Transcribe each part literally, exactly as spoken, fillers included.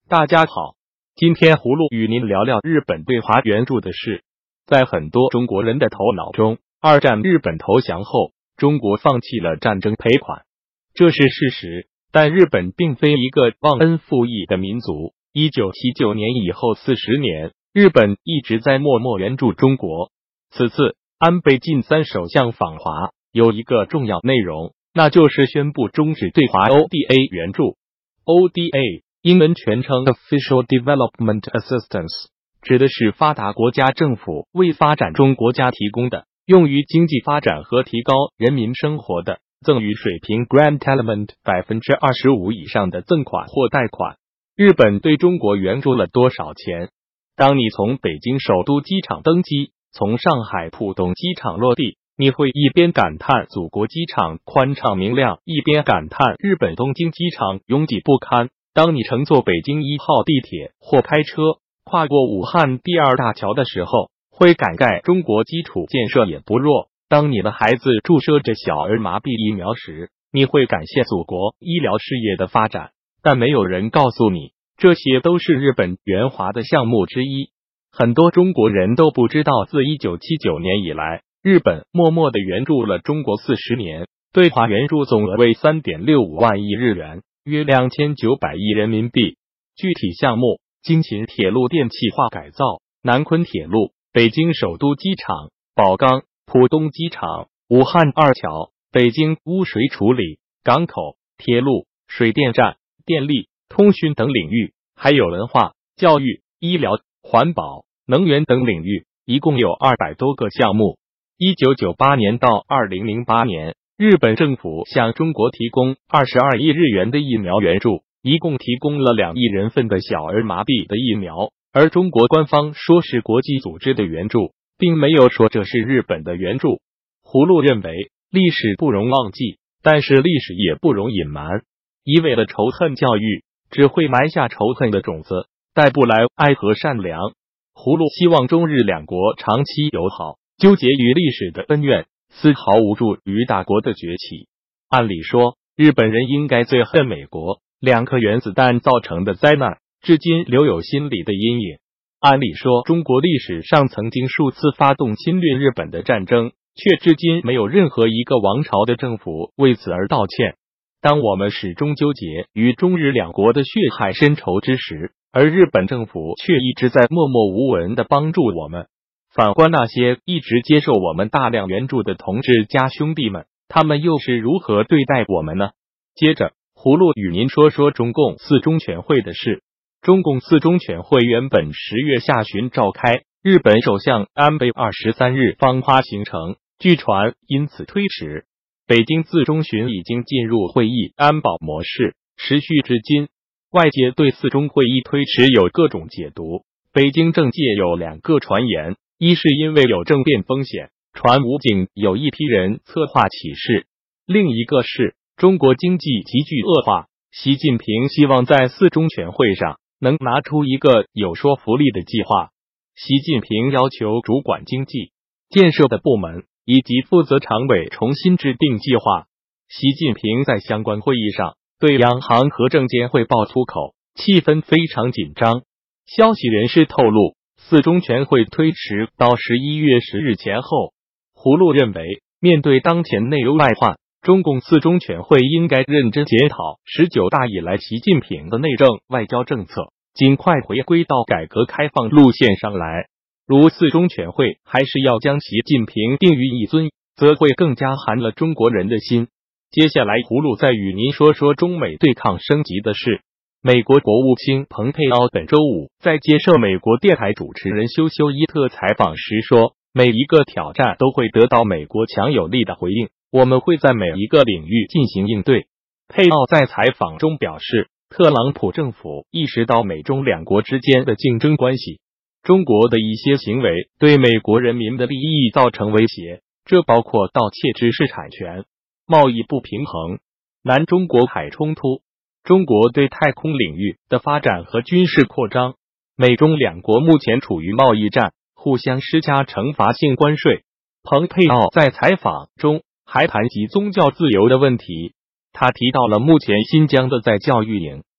大家好，今天葫芦与您聊聊日本对华援助的事。在很多中国人的头脑中，二战日本投降后，中国放弃了战争赔款，这是事实。但日本并非一个忘恩负义的民族。一九七九年以后四十年，日本一直在默默援助中国。此次安倍晋三首相访华有一个重要内容，那就是宣布终止对华 O D A 援助。O D A 英文全称 Official Development Assistance， 指的是发达国家政府为发展中国家提供的用于经济发展和提高人民生活的赠与水平 Grant Element 百分之二十五以上的赠款或贷款。日本对中国援助了多少钱？当你从北京首都机场登机，从上海浦东机场落地，你会一边感叹祖国机场宽敞明亮，一边感叹日本东京机场拥挤不堪。当你乘坐北京一号地铁或开车跨过武汉第二大桥的时候，会感慨中国基础建设也不弱。当你的孩子注射着小儿麻痹疫苗时，你会感谢祖国医疗事业的发展。但没有人告诉你，这些都是日本援华的项目之一。很多中国人都不知道，自一九七九年以来，日本默默地援助了中国四十年，对华援助总额为 三点六五万亿日元，约两千九百亿人民币。具体项目：京秦铁路电气化改造、南昆铁路、北京首都机场、宝钢、浦东机场、武汉二桥、北京污水处理、港口、铁路、水电站、电力、通讯等领域，还有文化、教育、医疗、环保、能源等领域，一共有二百多个项目。一九九八年到二零零八年，日本政府向中国提供二十二亿日元的疫苗援助，一共提供了两亿人份的小儿麻痹的疫苗，而中国官方说是国际组织的援助，并没有说这是日本的援助。葫芦认为，历史不容忘记，但是历史也不容隐瞒。一味的仇恨教育，只会埋下仇恨的种子，带不来爱和善良。葫芦希望中日两国长期友好，纠结于历史的恩怨，丝毫无助于大国的崛起。按理说，日本人应该最恨美国，两颗原子弹造成的灾难，至今留有心理的阴影。按理说，中国历史上曾经数次发动侵略日本的战争，却至今没有任何一个王朝的政府为此而道歉。当我们始终纠结于中日两国的血海深仇之时，而日本政府却一直在默默无闻地帮助我们。反观那些一直接受我们大量援助的同志家兄弟们，他们又是如何对待我们呢？接着，葫芦与您说说中共四中全会的事。中共四中全会原本十月下旬召开，日本首相安倍二十三日访华行程，据传因此推迟。北京四中旬已经进入会议安保模式，持续至今。外界对四中会议推迟有各种解读。北京政界有两个传言，一是因为有政变风险，传武警有一批人策划起事；另一个是中国经济急剧恶化，习近平希望在四中全会上能拿出一个有说服力的计划。习近平要求主管经济建设的部门以及负责常委重新制定计划。习近平在相关会议上对央行和证监会爆粗口，气氛非常紧张。消息人士透露，四中全会推迟到十一月十日前后。葫芦认为，面对当前内忧外患，中共四中全会应该认真检讨十九大以来习近平的内政外交政策，尽快回归到改革开放路线上来。如四中全会还是要将习近平定于一尊，则会更加寒了中国人的心。接下来葫芦再与您说说中美对抗升级的事。美国国务卿蓬佩奥本周五在接受美国电台主持人休休伊特采访时说，每一个挑战都会得到美国强有力的回应，我们会在每一个领域进行应对。佩奥在采访中表示，特朗普政府意识到美中两国之间的竞争关系，中国的一些行为对美国人民的利益造成威胁，这包括盗窃知识产权、贸易不平衡、南中国海冲突、中国对太空领域的发展和军事扩张。美中两国目前处于贸易战，互相施加惩罚性关税。蓬佩奥在采访中还谈及宗教自由的问题，他提到了目前新疆的在教育营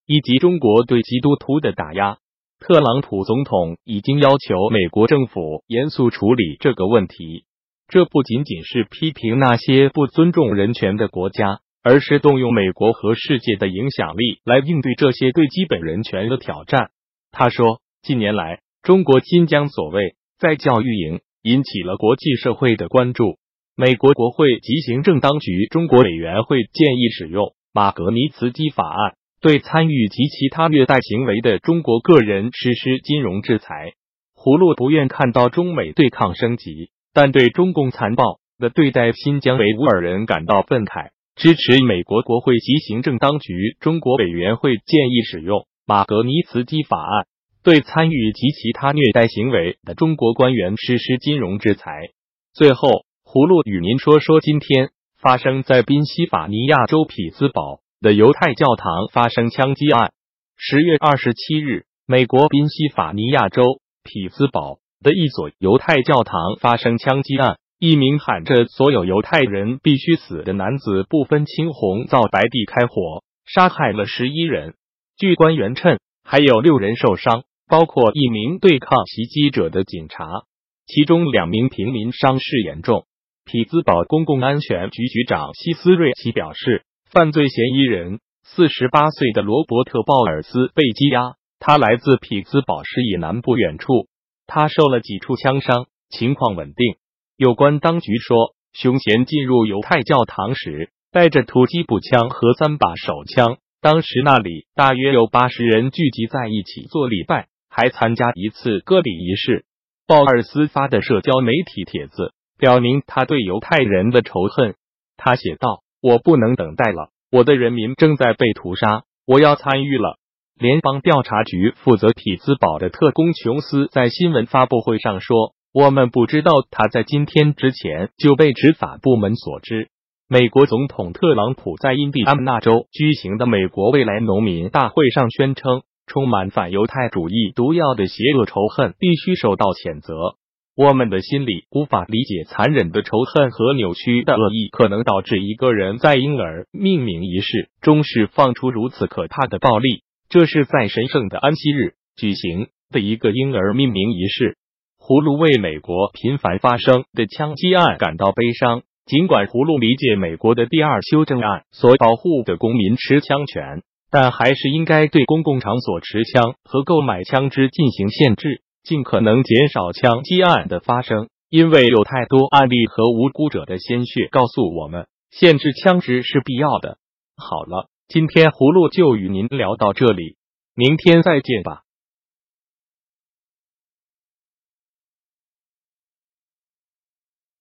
以及中国对基督徒的打压。特朗普总统已经要求美国政府严肃处理这个问题。这不仅仅是批评那些不尊重人权的国家，而是动用美国和世界的影响力来应对这些对基本人权的挑战。他说，近年来，中国新疆所谓在教育营引起了国际社会的关注。美国国会及行政当局中国委员会建议使用马格尼茨基法案，对参与及其他虐待行为的中国个人实施金融制裁。葫芦不愿看到中美对抗升级，但对中共残暴的对待新疆维吾尔人感到愤慨，支持美国国会及行政当局中国委员会建议使用马格尼茨基法案，对参与及其他虐待行为的中国官员实施金融制裁。最后，葫芦与您说说今天发生在宾夕法尼亚州匹兹堡的犹太教堂发生枪击案。十月二十七日，美国宾夕法尼亚州匹兹堡的一所犹太教堂发生枪击案，一名喊着所有犹太人必须死的男子不分青红皂白地开火，杀害了十一人。据官员称，还有六人受伤，包括一名对抗袭击者的警察，其中两名平民伤势严重。匹兹堡公共安全局局长希斯瑞奇表示，犯罪嫌疑人四十八岁的罗伯特·鲍尔斯被羁押，他来自匹兹堡市以南不远处，他受了几处枪伤，情况稳定。有关当局说，凶嫌进入犹太教堂时带着突击步枪和三把手枪，当时那里大约有八十人聚集在一起做礼拜，还参加一次割礼仪式。鲍尔斯发的社交媒体帖子表明他对犹太人的仇恨。他写道，我不能等待了，我的人民正在被屠杀，我要参与了。联邦调查局负责匹兹堡的特工琼斯在新闻发布会上说，我们不知道他在今天之前就被执法部门所知。美国总统特朗普在印第安纳州举行的美国未来农民大会上宣称，充满反犹太主义毒药的邪恶仇恨必须受到谴责。我们的心里无法理解残忍的仇恨和扭曲的恶意可能导致一个人在婴儿命名仪式中释放出如此可怕的暴力。这是在神圣的安息日举行的一个婴儿命名仪式。葫芦为美国频繁发生的枪击案感到悲伤，尽管葫芦理解美国的第二修正案所保护的公民持枪权，但还是应该对公共场所持枪和购买枪支进行限制，尽可能减少枪击案的发生，因为有太多案例和无辜者的鲜血告诉我们，限制枪支是必要的。好了，今天葫芦就与您聊到这里，明天再见吧。